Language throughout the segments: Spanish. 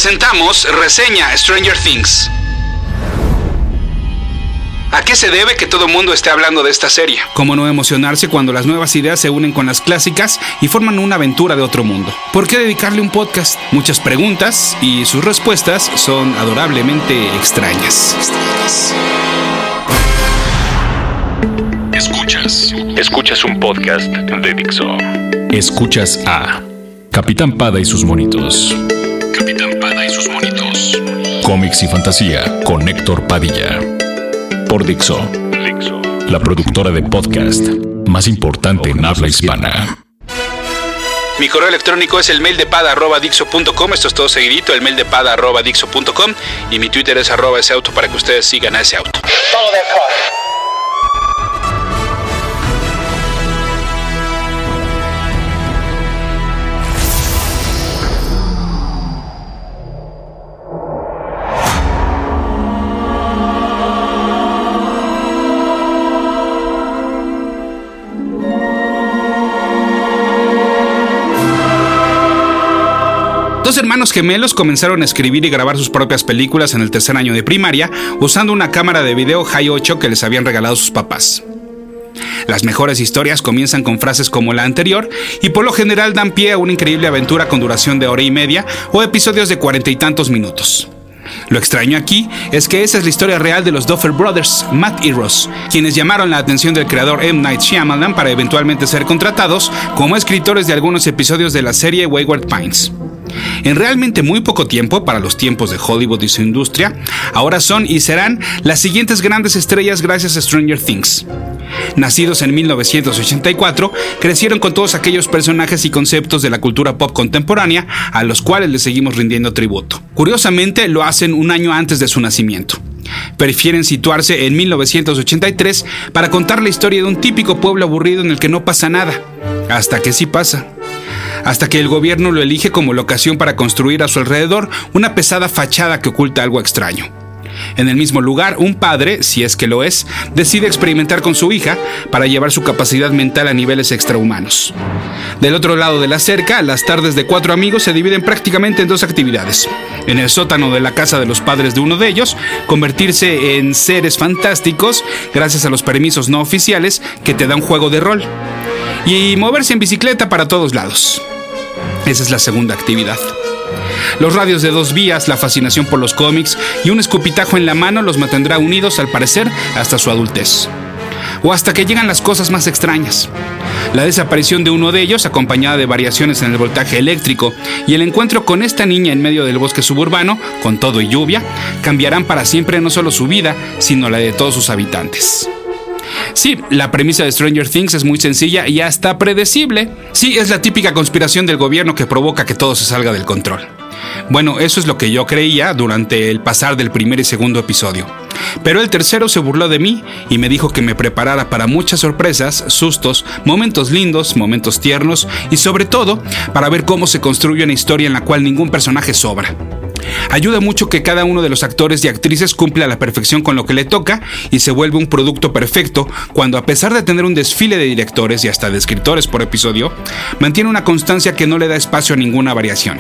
Presentamos Reseña Stranger Things. ¿A qué se debe que todo el mundo esté hablando de esta serie? ¿Cómo no emocionarse cuando las nuevas ideas se unen con las clásicas y forman una aventura de otro mundo? ¿Por qué dedicarle un podcast? Muchas preguntas y sus respuestas son adorablemente extrañas. Escuchas un podcast de Dixo. Escuchas a Capitán Pada y sus monitos. Cómics y fantasía con Héctor Padilla. Por Dixo, la productora de podcast más importante en habla hispana. Mi correo electrónico es elmaildepada@dixo.com. Esto es todo seguidito, elmaildepada@dixo.com. Y mi Twitter es @eseauto para que ustedes sigan a ese auto. Dos hermanos gemelos comenzaron a escribir y grabar sus propias películas en el tercer año de primaria usando una cámara de video Hi 8 que les habían regalado sus papás. Las mejores historias comienzan con frases como la anterior y por lo general dan pie a una increíble aventura con duración de hora y media o episodios de 40 y tantos minutos. Lo extraño aquí es que esa es la historia real de los Duffer Brothers, Matt y Ross, quienes llamaron la atención del creador M. Night Shyamalan para eventualmente ser contratados como escritores de algunos episodios de la serie Wayward Pines. En realmente muy poco tiempo, para los tiempos de Hollywood y su industria, ahora son y serán las siguientes grandes estrellas gracias a Stranger Things. Nacidos en 1984, crecieron con todos aquellos personajes y conceptos de la cultura pop contemporánea a los cuales les seguimos rindiendo tributo. Curiosamente, lo hacen un año antes de su nacimiento. Prefieren situarse en 1983 para contar la historia de un típico pueblo aburrido en el que no pasa nada, hasta que sí pasa. Hasta que el gobierno lo elige como locación para construir a su alrededor una pesada fachada que oculta algo extraño. En el mismo lugar, un padre, si es que lo es, decide experimentar con su hija para llevar su capacidad mental a niveles extrahumanos. Del otro lado de la cerca, las tardes de 4 amigos se dividen prácticamente en 2 actividades. En el sótano de la casa de los padres de uno de ellos, convertirse en seres fantásticos gracias a los permisos no oficiales que te da un juego de rol. Y moverse en bicicleta para todos lados. Esa es la segunda actividad. Los radios de 2 vías, la fascinación por los cómics y un escupitajo en la mano los mantendrá unidos al parecer hasta su adultez. O hasta que llegan las cosas más extrañas. La desaparición de uno de ellos, acompañada de variaciones en el voltaje eléctrico, y el encuentro con esta niña en medio del bosque suburbano, con todo y lluvia, cambiarán para siempre no solo su vida, sino la de todos sus habitantes. Sí, la premisa de Stranger Things es muy sencilla y hasta predecible. Sí, es la típica conspiración del gobierno que provoca que todo se salga del control. Bueno, eso es lo que yo creía durante el pasar del primer y segundo episodio. Pero el tercero se burló de mí y me dijo que me preparara para muchas sorpresas, sustos, momentos lindos, momentos tiernos y sobre todo para ver cómo se construye una historia en la cual ningún personaje sobra. Ayuda mucho que cada uno de los actores y actrices cumpla a la perfección con lo que le toca y se vuelve un producto perfecto cuando, a pesar de tener un desfile de directores y hasta de escritores por episodio, mantiene una constancia que no le da espacio a ninguna variación.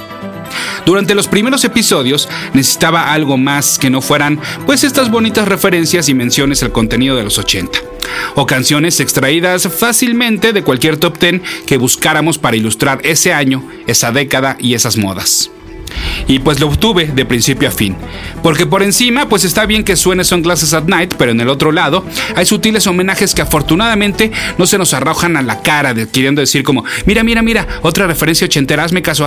Durante los primeros episodios necesitaba algo más que no fueran pues estas bonitas referencias y menciones al contenido de los 80 o canciones extraídas fácilmente de cualquier top 10 que buscáramos para ilustrar ese año, esa década y esas modas. Y pues lo obtuve de principio a fin, porque por encima pues está bien que suene Sunglasses at Night, pero en el otro lado hay sutiles homenajes que afortunadamente no se nos arrojan a la cara queriendo decir como mira, otra referencia ochentera, hazme caso.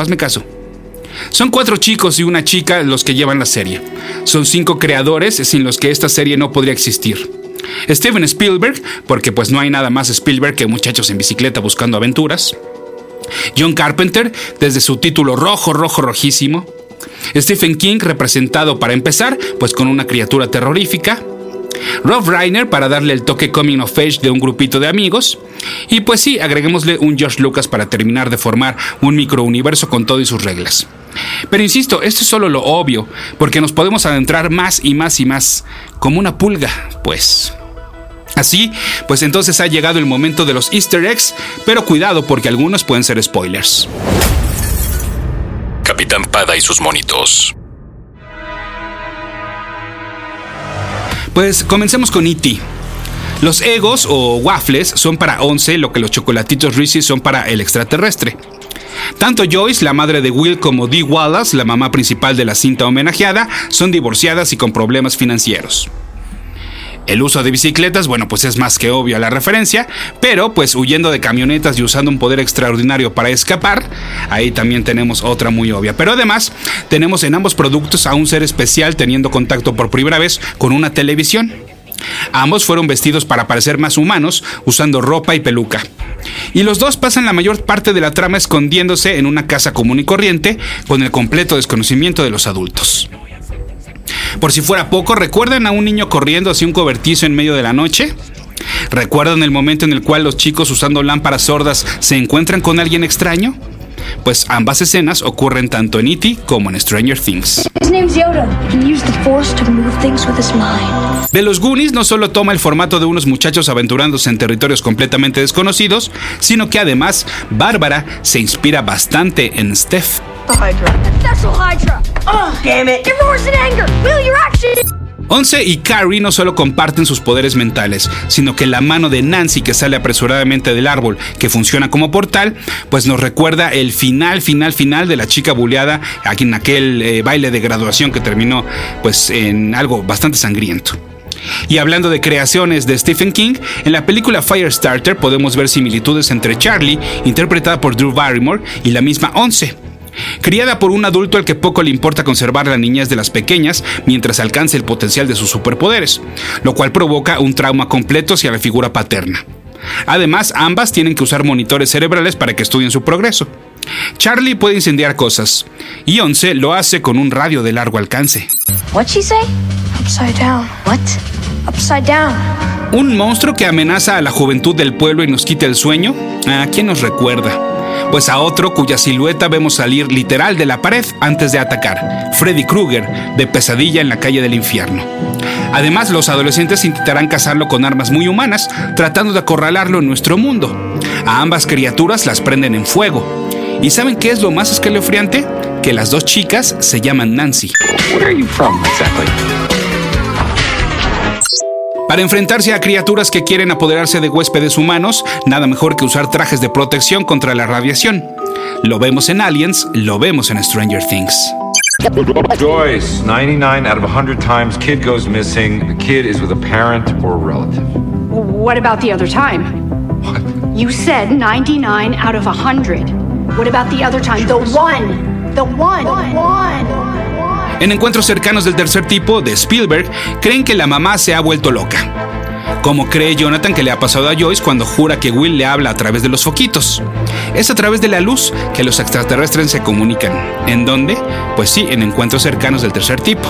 Son 4 chicos y una chica los que llevan la serie. Son 5 creadores sin los que esta serie no podría existir. Steven Spielberg, porque pues no hay nada más Spielberg que muchachos en bicicleta buscando aventuras. John Carpenter, desde su título rojísimo. Stephen King, representado para empezar, pues con una criatura terrorífica. Rob Reiner, para darle el toque coming of age de un grupito de amigos. Y pues sí, agreguémosle un George Lucas para terminar de formar un microuniverso con todo y sus reglas. Pero insisto, esto es solo lo obvio, porque nos podemos adentrar más y más, como una pulga, pues. Así, pues entonces ha llegado el momento de los Easter eggs, pero cuidado porque algunos pueden ser spoilers. Capitán Pada y sus monitos. Pues comencemos con E.T. Los Eggos o waffles son para Once lo que los chocolatitos Reese's son para el extraterrestre. Tanto Joyce, la madre de Will, como Dee Wallace, la mamá principal de la cinta homenajeada, son divorciadas y con problemas financieros. El uso de bicicletas, bueno, pues es más que obvio la referencia, pero pues huyendo de camionetas y usando un poder extraordinario para escapar, ahí también tenemos otra muy obvia. Pero además, tenemos en ambos productos a un ser especial teniendo contacto por primera vez con una televisión. Ambos fueron vestidos para parecer más humanos, usando ropa y peluca. Y los dos pasan la mayor parte de la trama escondiéndose en una casa común y corriente, con el completo desconocimiento de los adultos. Por si fuera poco, ¿recuerdan a un niño corriendo hacia un cobertizo en medio de la noche? ¿Recuerdan el momento en el cual los chicos usando lámparas sordas se encuentran con alguien extraño? Pues ambas escenas ocurren tanto en E.T. como en Stranger Things. De los Goonies no solo toma el formato de unos muchachos aventurándose en territorios completamente desconocidos, sino que además Bárbara se inspira bastante en Steph. Once y Carrie no solo comparten sus poderes mentales, sino que la mano de Nancy que sale apresuradamente del árbol, que funciona como portal, pues nos recuerda el final de la chica buleada aquí en aquel baile de graduación que terminó pues en algo bastante sangriento. Y hablando de creaciones de Stephen King, en la película Firestarter podemos ver similitudes entre Charlie, interpretada por Drew Barrymore, y la misma Once. Criada por un adulto al que poco le importa conservar la niñez de las pequeñas mientras alcance el potencial de sus superpoderes, lo cual provoca un trauma completo hacia la figura paterna. Además, ambas tienen que usar monitores cerebrales para que estudien su progreso. Charlie puede incendiar cosas, y Once lo hace con un radio de largo alcance. What'd she say? Upside down. What? Upside down. Un monstruo que amenaza a la juventud del pueblo y nos quita el sueño. ¿A quién nos recuerda? Pues a otro cuya silueta vemos salir literal de la pared antes de atacar, Freddy Krueger, de Pesadilla en la calle del infierno. Además, los adolescentes intentarán cazarlo con armas muy humanas, tratando de acorralarlo en nuestro mundo. A ambas criaturas las prenden en fuego. ¿Y saben qué es lo más escalofriante? Que las dos chicas se llaman Nancy. Where are you from, exactly? Para enfrentarse a criaturas que quieren apoderarse de huéspedes humanos, nada mejor que usar trajes de protección contra la radiación. Lo vemos en Aliens, lo vemos en Stranger Things. Joyce, 99 out of 100 times kid goes missing. The kid is with a parent or a relative. What about the other time? What? You said 99 out of 100. What about the other time? The one. The one. En encuentros cercanos del tercer tipo, de Spielberg, creen que la mamá se ha vuelto loca. Como cree Jonathan que le ha pasado a Joyce cuando jura que Will le habla a través de los foquitos. Es a través de la luz que los extraterrestres se comunican. ¿En dónde? Pues sí, en encuentros cercanos del tercer tipo.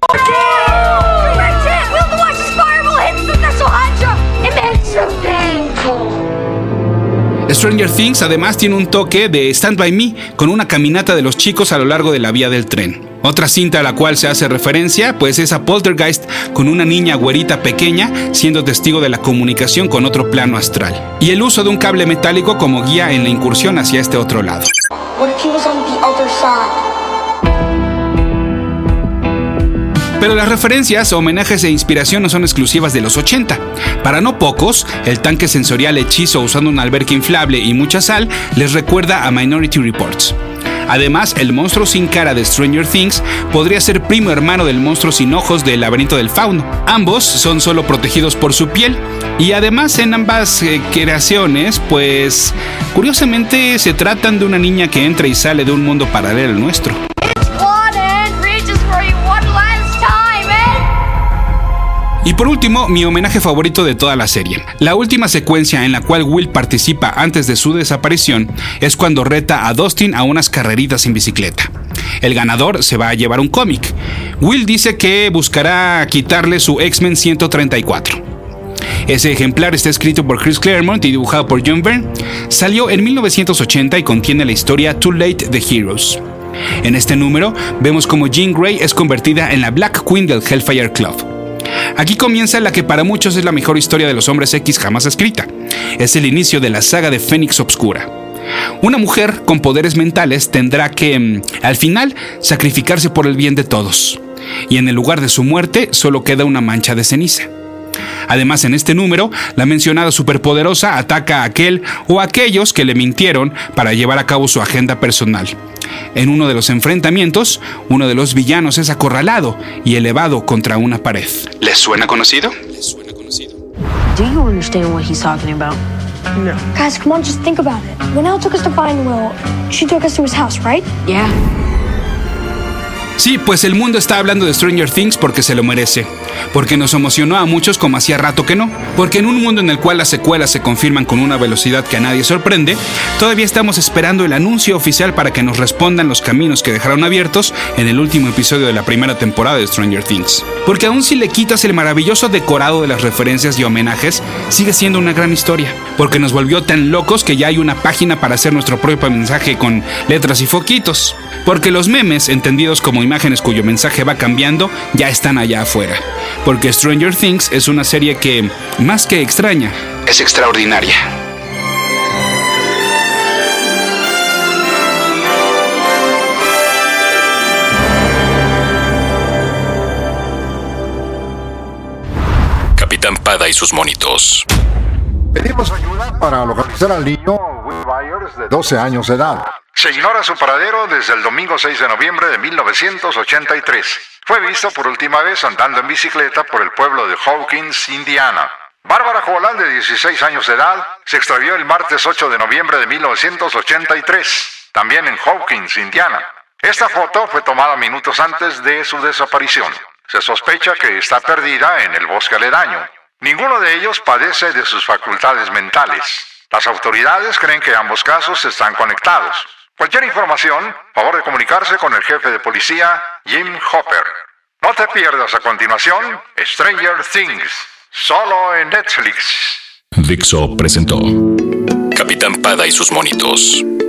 Stranger Things además tiene un toque de Stand By Me, con una caminata de los chicos a lo largo de la vía del tren. Otra cinta a la cual se hace referencia pues es a Poltergeist, con una niña güerita pequeña siendo testigo de la comunicación con otro plano astral, y el uso de un cable metálico como guía en la incursión hacia este otro lado. Pero las referencias, homenajes e inspiración no son exclusivas de los 80. Para no pocos, el tanque sensorial hechizo usando una alberca inflable y mucha sal les recuerda a Minority Reports. Además, el monstruo sin cara de Stranger Things podría ser primo hermano del monstruo sin ojos del Laberinto del Fauno. Ambos son solo protegidos por su piel, y además en ambas creaciones, pues curiosamente se tratan de una niña que entra y sale de un mundo paralelo al nuestro. Y por último, mi homenaje favorito de toda la serie. La última secuencia en la cual Will participa antes de su desaparición es cuando reta a Dustin a unas carreritas en bicicleta. El ganador se va a llevar un cómic. Will dice que buscará quitarle su X-Men 134. Ese ejemplar está escrito por Chris Claremont y dibujado por John Byrne. Salió en 1980 y contiene la historia Too Late the Heroes. En este número vemos como Jean Grey es convertida en la Black Queen del Hellfire Club. Aquí comienza la que para muchos es la mejor historia de los hombres X jamás escrita. Es el inicio de la saga de Fénix Obscura. Una mujer con poderes mentales tendrá que, al final, sacrificarse por el bien de todos. Y en el lugar de su muerte solo queda una mancha de ceniza. Además, en este número, la mencionada superpoderosa ataca a aquel o aquellos que le mintieron para llevar a cabo su agenda personal. En uno de los enfrentamientos, uno de los villanos es acorralado y elevado contra una pared. ¿Les suena conocido? Do you understand what he's talking about? No. Guys, come on, just think about it. When Elle took us to find Will, she took us to his house, right? Yeah. Sí, pues el mundo está hablando de Stranger Things porque se lo merece, porque nos emocionó a muchos como hacía rato que no, porque en un mundo en el cual las secuelas se confirman con una velocidad que a nadie sorprende, todavía estamos esperando el anuncio oficial para que nos respondan los caminos que dejaron abiertos en el último episodio de la primera temporada de Stranger Things. Porque aún si le quitas el maravilloso decorado de las referencias y homenajes, sigue siendo una gran historia, porque nos volvió tan locos que ya hay una página para hacer nuestro propio mensaje con letras y foquitos, porque los memes, entendidos como imágenes cuyo mensaje va cambiando, ya están allá afuera. Porque Stranger Things es una serie que, más que extraña, es extraordinaria. Capitán Pada y sus monitos. Pedimos ayuda para localizar al niño Will Byers, de 12 años de edad. Se ignora su paradero desde el domingo 6 de noviembre de 1983. Fue visto por última vez andando en bicicleta por el pueblo de Hawkins, Indiana. Bárbara Holland, de 16 años de edad, se extravió el martes 8 de noviembre de 1983, también en Hawkins, Indiana. Esta foto fue tomada minutos antes de su desaparición. Se sospecha que está perdida en el bosque aledaño. Ninguno de ellos padece de sus facultades mentales. Las autoridades creen que ambos casos están conectados. Cualquier información, favor de comunicarse con el jefe de policía, Jim Hopper. No te pierdas a continuación Stranger Things, solo en Netflix. Dixo presentó Capitán Pada y sus monitos.